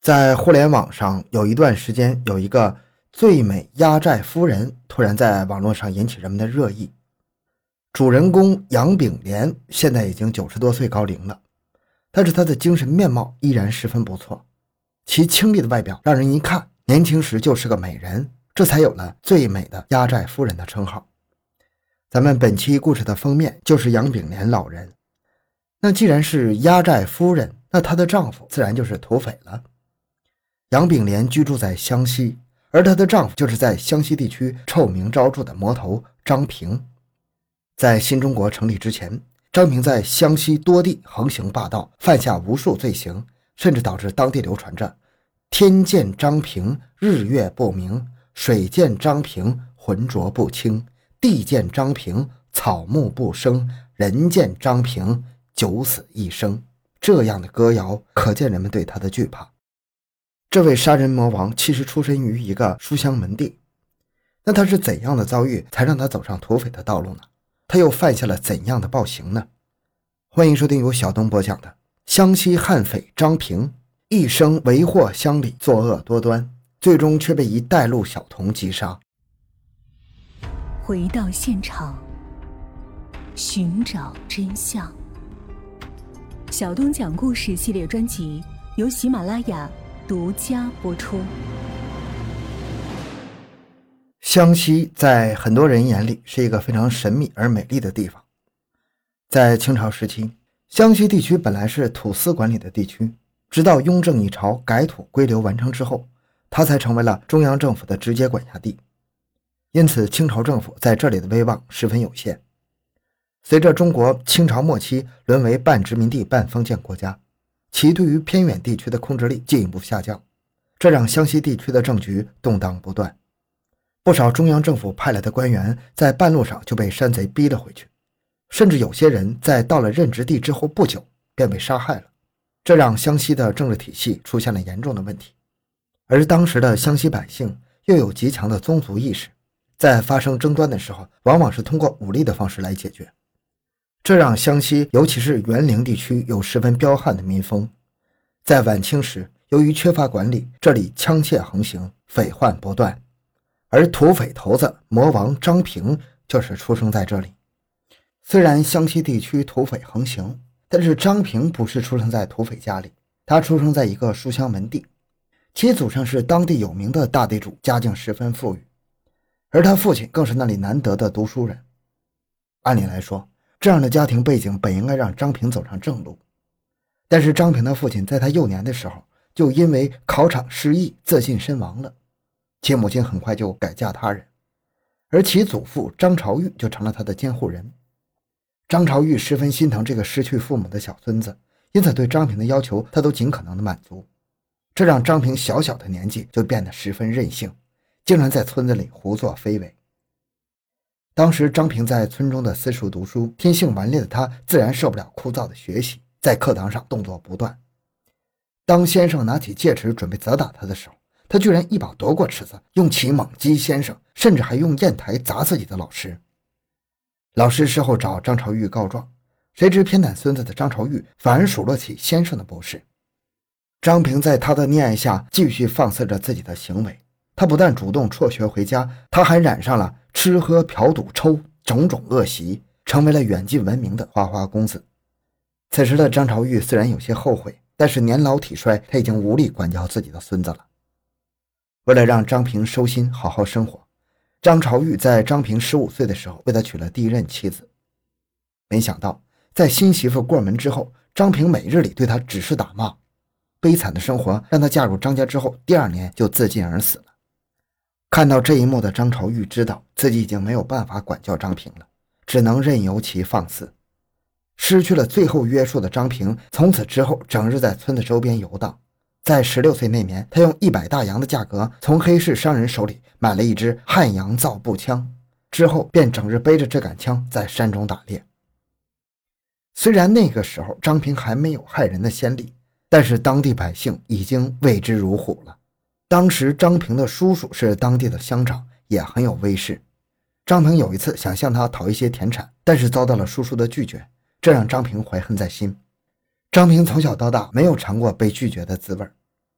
在互联网上有一段时间，有一个最美压寨夫人突然在网络上引起人们的热议。主人公杨炳莲现在已经90多岁高龄了，但是她的精神面貌依然十分不错，其清丽的外表让人一看年轻时就是个美人，这才有了最美的压寨夫人的称号。咱们本期故事的封面就是杨炳莲老人。那既然是压寨夫人，那她的丈夫自然就是土匪了。杨炳莲居住在湘西，而她的丈夫就是在湘西地区臭名昭著的魔头张平。在新中国成立之前，张平在湘西多地横行霸道，犯下无数罪行，甚至导致当地流传着天见张平日月不明，水见张平浑浊不清，地见张平草木不生，人见张平九死一生。这样的歌谣可见人们对他的惧怕。这位杀人魔王其实出身于一个书香门第，那他是怎样的遭遇才让他走上土匪的道路呢？他又犯下了怎样的暴行呢？欢迎收听由小东播讲的湘西悍匪张平，一生为祸乡里，作恶多端，最终却被一带路小童击杀。 回到现场，寻找真相。小东讲故事系列专辑由喜马拉雅独家播出。 湘西在很多人眼里是一个非常神秘而美丽的地方。在清朝时期，湘西地区本来是土司管理的地区，直到雍正一朝改土归流完成之后，它才成为了中央政府的直接管辖地。因此清朝政府在这里的威望十分有限。随着中国清朝末期沦为半殖民地半封建国家，其对于偏远地区的控制力进一步下降，这让湘西地区的政局动荡不断。不少中央政府派来的官员在半路上就被山贼逼了回去，甚至有些人在到了任职地之后不久便被杀害了，这让湘西的政治体系出现了严重的问题。而当时的湘西百姓又有极强的宗族意识，在发生争端的时候往往是通过武力的方式来解决，这让湘西尤其是园陵地区有十分彪悍的民风。在晚清时，由于缺乏管理，这里枪械横行，匪患不断，而土匪头子魔王张平就是出生在这里。虽然湘西地区土匪横行，但是张平不是出生在土匪家里，他出生在一个书香门第，其祖上是当地有名的大地主，家境十分富裕，而他父亲更是那里难得的读书人。按理来说，这样的家庭背景本应该让张平走上正路，但是张平的父亲在他幼年的时候就因为考场失意自尽身亡了，其母亲很快就改嫁他人，而其祖父张朝玉就成了他的监护人。张朝玉十分心疼这个失去父母的小孙子，因此对张平的要求他都尽可能的满足，这让张平小小的年纪就变得十分任性，竟然在村子里胡作非为。当时张平在村中的私塾读书，天性顽劣的他自然受不了枯燥的学习，在课堂上动作不断。当先生拿起戒尺准备责打他的时候，他居然一把夺过尺子，用其猛击先生，甚至还用砚台砸自己的老师。老师事后找张朝玉告状，谁知偏袒孙子的张朝玉反而数落起先生的不是。张平在他的溺爱下继续放肆着自己的行为，他不但主动辍学回家，他还染上了吃喝嫖赌抽种种恶习，成为了远近闻名的花花公子。此时的张朝玉虽然有些后悔，但是年老体衰，他已经无力管教自己的孙子了。为了让张平收心好好生活，张朝玉在张平15岁的时候为他娶了第一任妻子。没想到在新媳妇过门之后，张平每日里对他只是打骂，悲惨的生活让他嫁入张家之后，第2年就自尽而死了。看到这一幕的张朝玉知道自己已经没有办法管教张平了，只能任由其放肆。失去了最后约束的张平从此之后整日在村子周边游荡。在16岁那年，他用100大洋的价格从黑市商人手里买了一支汉阳造步枪，之后便整日背着这杆枪在山中打猎。虽然那个时候张平还没有害人的先例，但是当地百姓已经畏之如虎了。当时张平的叔叔是当地的乡长，也很有威势。张平有一次想向他讨一些田产，但是遭到了叔叔的拒绝，这让张平怀恨在心。张平从小到大没有尝过被拒绝的滋味，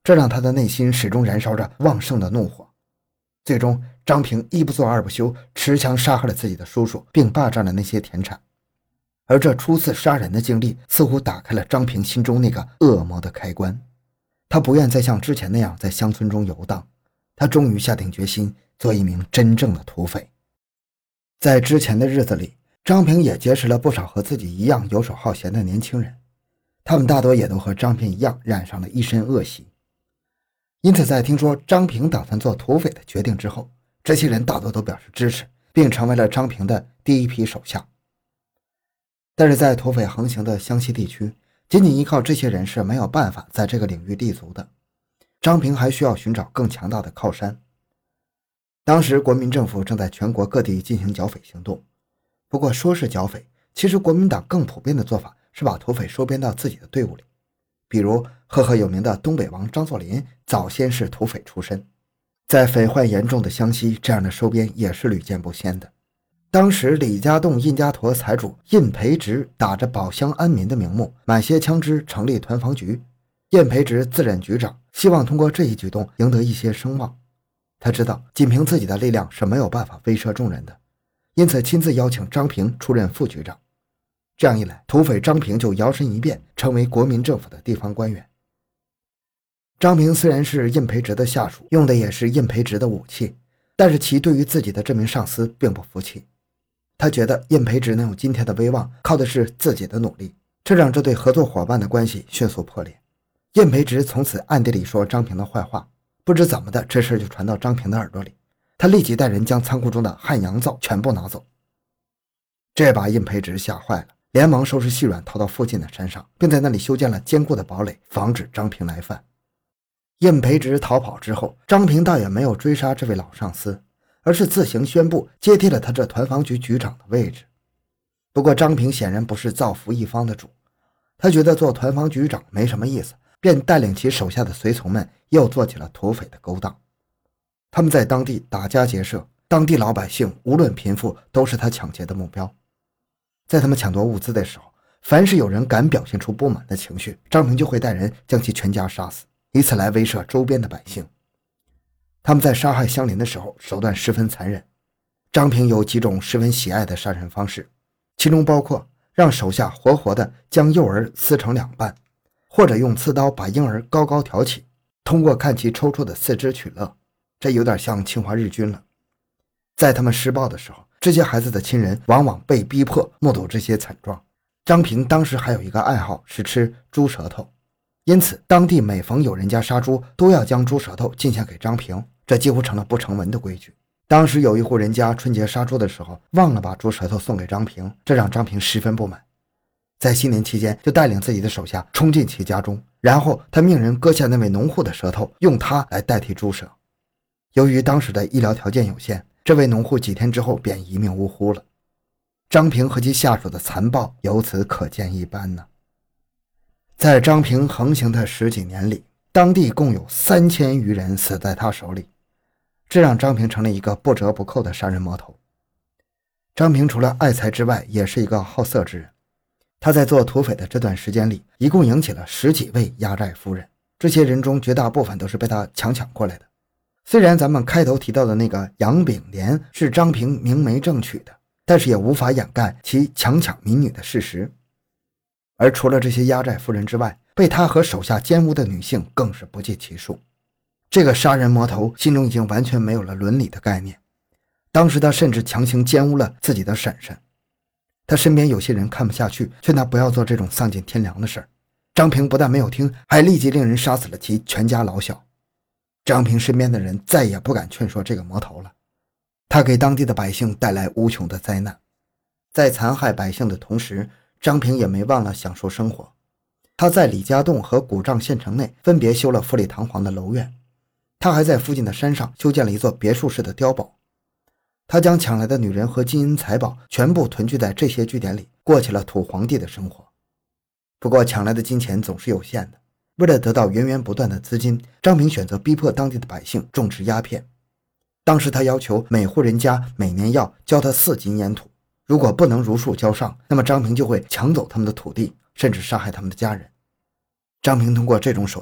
这让他的内心始终燃烧着旺盛的怒火。最终，张平一不做二不休，持枪杀害了自己的叔叔，并霸占了那些田产。而这初次杀人的经历似乎打开了张平心中那个恶魔的开关。他不愿再像之前那样在乡村中游荡，他终于下定决心做一名真正的土匪。在之前的日子里，张平也结识了不少和自己一样游手好闲的年轻人，他们大多也都和张平一样染上了一身恶习。因此在听说张平打算做土匪的决定之后，这些人大多都表示支持，并成为了张平的第一批手下。但是在土匪横行的湘西地区，仅仅依靠这些人是没有办法在这个领域立足的，张平还需要寻找更强大的靠山。当时国民政府正在全国各地进行剿匪行动，不过说是剿匪，其实国民党更普遍的做法是把土匪收编到自己的队伍里。比如赫赫有名的东北王张作霖早先是土匪出身，在匪患严重的湘西，这样的收编也是屡见不鲜的。当时李家洞印家坨财主印培植打着保乡安民的名目，买些枪支成立团防局，印培植自任局长，希望通过这一举动赢得一些声望。他知道仅凭自己的力量是没有办法威慑众人的，因此亲自邀请张平出任副局长。这样一来，土匪张平就摇身一变成为国民政府的地方官员。张平虽然是印培植的下属，用的也是印培植的武器，但是其对于自己的这名上司并不服气。他觉得印培植能有今天的威望，靠的是自己的努力，这让这对合作伙伴的关系迅速破裂。印培植从此暗地里说张平的坏话，不知怎么的，这事就传到张平的耳朵里，他立即带人将仓库中的汉阳造全部拿走。这把印培植吓坏了，连忙收拾细软逃到附近的山上，并在那里修建了坚固的堡垒，防止张平来犯。印培植逃跑之后，张平倒也没有追杀这位老上司，而是自行宣布接替了他这团防局局长的位置。不过张平显然不是造福一方的主，他觉得做团防局长没什么意思，便带领其手下的随从们又做起了土匪的勾当。他们在当地打家劫舍，当地老百姓无论贫富都是他抢劫的目标。在他们抢夺物资的时候，凡是有人敢表现出不满的情绪，张平就会带人将其全家杀死，以此来威慑周边的百姓。他们在杀害乡邻的时候手段十分残忍。张平有几种十分喜爱的杀人方式，其中包括让手下活活的将幼儿撕成两半，或者用刺刀把婴儿高高挑起，通过看其抽搐的四肢取乐，这有点像侵华日军了。在他们施暴的时候，这些孩子的亲人往往被逼迫目睹这些惨状。张平当时还有一个爱好是吃猪舌头，因此当地每逢有人家杀猪，都要将猪舌头进献给张平，这几乎成了不成文的规矩。当时有一户人家春节杀猪的时候忘了把猪舌头送给张平，这让张平十分不满。在新年期间，就带领自己的手下冲进其家中，然后他命人割下那位农户的舌头，用它来代替猪舌。由于当时的医疗条件有限，这位农户几天之后便一命呜呼了。张平和其下属的残暴由此可见一斑呢。在张平横行的十几年里，当地共有3000余人死在他手里，这让张平成了一个不折不扣的杀人魔头。张平除了爱财之外，也是一个好色之人。他在做土匪的这段时间里，一共迎起了10几位压寨夫人，这些人中绝大部分都是被他强抢过来的。虽然咱们开头提到的那个杨炳莲是张平明媒正娶的，但是也无法掩盖其强抢民女的事实。而除了这些压寨夫人之外，被他和手下奸污的女性更是不计其数。这个杀人魔头心中已经完全没有了伦理的概念，当时他甚至强行奸污了自己的婶婶。他身边有些人看不下去，劝他不要做这种丧尽天良的事儿。张平不但没有听，还立即令人杀死了其全家老小。张平身边的人再也不敢劝说这个魔头了，他给当地的百姓带来无穷的灾难。在残害百姓的同时，张平也没忘了享受生活。他在李家洞和古丈县城内分别修了富丽堂皇的楼院，他还在附近的山上修建了一座别墅式的碉堡。他将抢来的女人和金银财宝全部囤聚在这些据点里，过起了土皇帝的生活。不过抢来的金钱总是有限的，为了得到源源不断的资金，张平选择逼迫当地的百姓种植鸦片。当时他要求每户人家每年要交他4斤烟土，如果不能如数交上，那么张平就会抢走他们的土地，甚至杀害他们的家人。张平通过这种手段，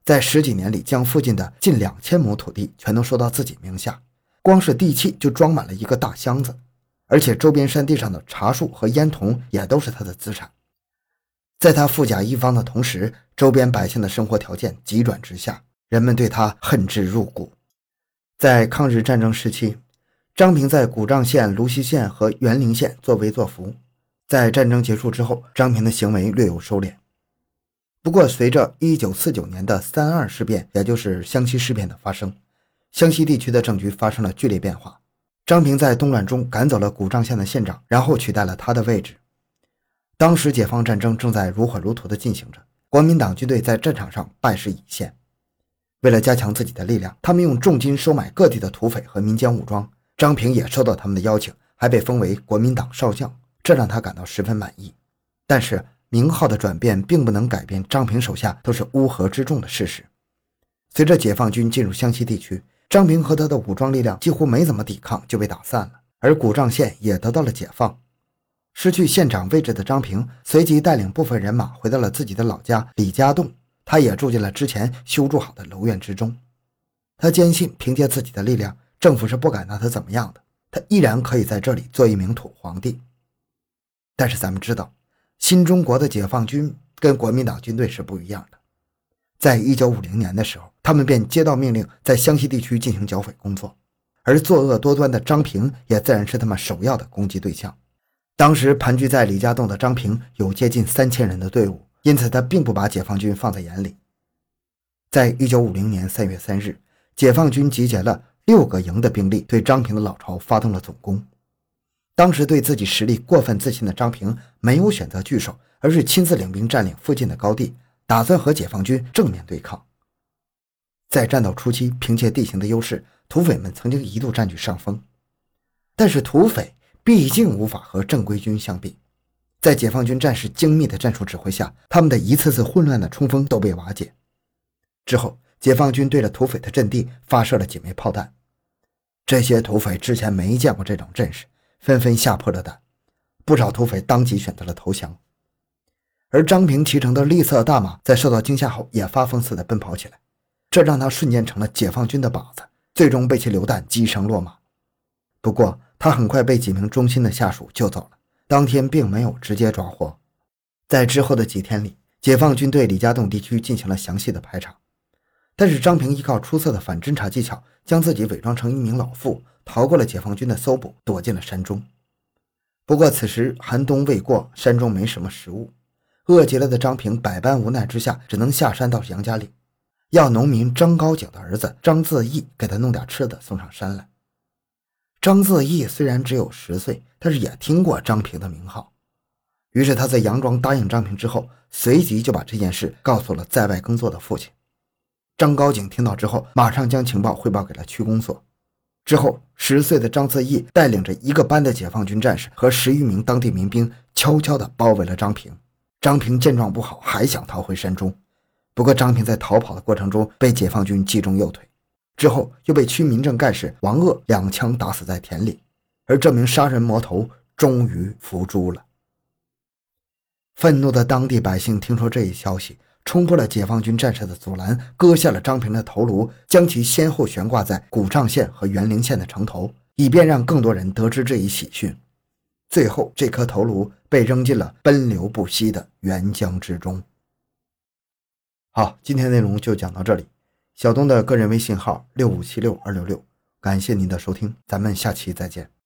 在10几年里将附近的近2000亩土地全都收到自己名下，光是地契就装满了一个大箱子，而且周边山地上的茶树和烟筒也都是他的资产。在他富甲一方的同时，周边百姓的生活条件急转直下，人们对他恨之入骨。在抗日战争时期，张平在古丈县、芦溪县和沅陵县作威作福。在战争结束之后，张平的行为略有收敛。不过随着1949年的3·2事变，也就是湘西事变的发生，湘西地区的政局发生了剧烈变化。张平在动乱中赶走了古丈县的县长，然后取代了他的位置。当时解放战争正在如火如荼地进行着，国民党军队在战场上败势已现。为了加强自己的力量，他们用重金收买各地的土匪和民间武装。张平也收到他们的邀请，还被封为国民党少将，这让他感到十分满意。但是名号的转变并不能改变张平手下都是乌合之众的事实。随着解放军进入湘西地区，张平和他的武装力量几乎没怎么抵抗就被打散了，而古丈县也得到了解放。失去县长位置的张平随即带领部分人马回到了自己的老家李家洞，他也住进了之前修筑好的楼院之中。他坚信凭借自己的力量，政府是不敢拿他怎么样的，他依然可以在这里做一名土皇帝。但是咱们知道，新中国的解放军跟国民党军队是不一样的。在1950年的时候，他们便接到命令在湘西地区进行剿匪工作，而作恶多端的张平也自然是他们首要的攻击对象。当时盘踞在李家洞的张平有接近3000人的队伍，因此他并不把解放军放在眼里。在1950年3月3日，解放军集结了6个营的兵力，对张平的老巢发动了总攻。当时对自己实力过分自信的张平没有选择拒守，而是亲自领兵占领附近的高地，打算和解放军正面对抗。在战斗初期，凭借地形的优势，土匪们曾经一度占据上风，但是土匪毕竟无法和正规军相比。在解放军战士精密的战术指挥下，他们的一次次混乱的冲锋都被瓦解。之后，解放军对着土匪的阵地发射了几枚炮弹。这些土匪之前没见过这种阵势，纷纷吓破了胆，不少土匪当即选择了投降。而张平骑乘的绿色大马在受到惊吓后也发疯似的奔跑起来，这让他瞬间成了解放军的靶子，最终被其榴弹击伤落马。不过他很快被几名忠心的下属救走了，当天并没有直接抓获。在之后的几天里，解放军对李家洞地区进行了详细的排查，但是张平依靠出色的反侦察技巧，将自己伪装成一名老妇，逃过了解放军的搜捕，躲进了山中。不过此时寒冬未过，山中没什么食物，饿极了的张平百般无奈之下，只能下山到杨家岭，要农民张高景的儿子张自义给他弄点吃的送上山来。张自义虽然只有10岁，但是也听过张平的名号，于是他在佯装答应张平之后，随即就把这件事告诉了在外工作的父亲。张高景听到之后，马上将情报汇报给了区公所。之后10岁的张自义带领着一个班的解放军战士和10余名当地民兵，悄悄地包围了张平。张平见状不好，还想逃回山中，不过张平在逃跑的过程中被解放军击中右腿，之后又被区民政干事王鄂2枪打死在田里，而这名杀人魔头终于伏诛了。愤怒的当地百姓听说这一消息，冲破了解放军战士的阻拦，割下了张平的头颅，将其先后悬挂在古丈县和沅陵县的城头，以便让更多人得知这一喜讯。最后这颗头颅被扔进了奔流不息的沅江之中。好，今天内容就讲到这里。小东的个人微信号6576-266，感谢您的收听，咱们下期再见。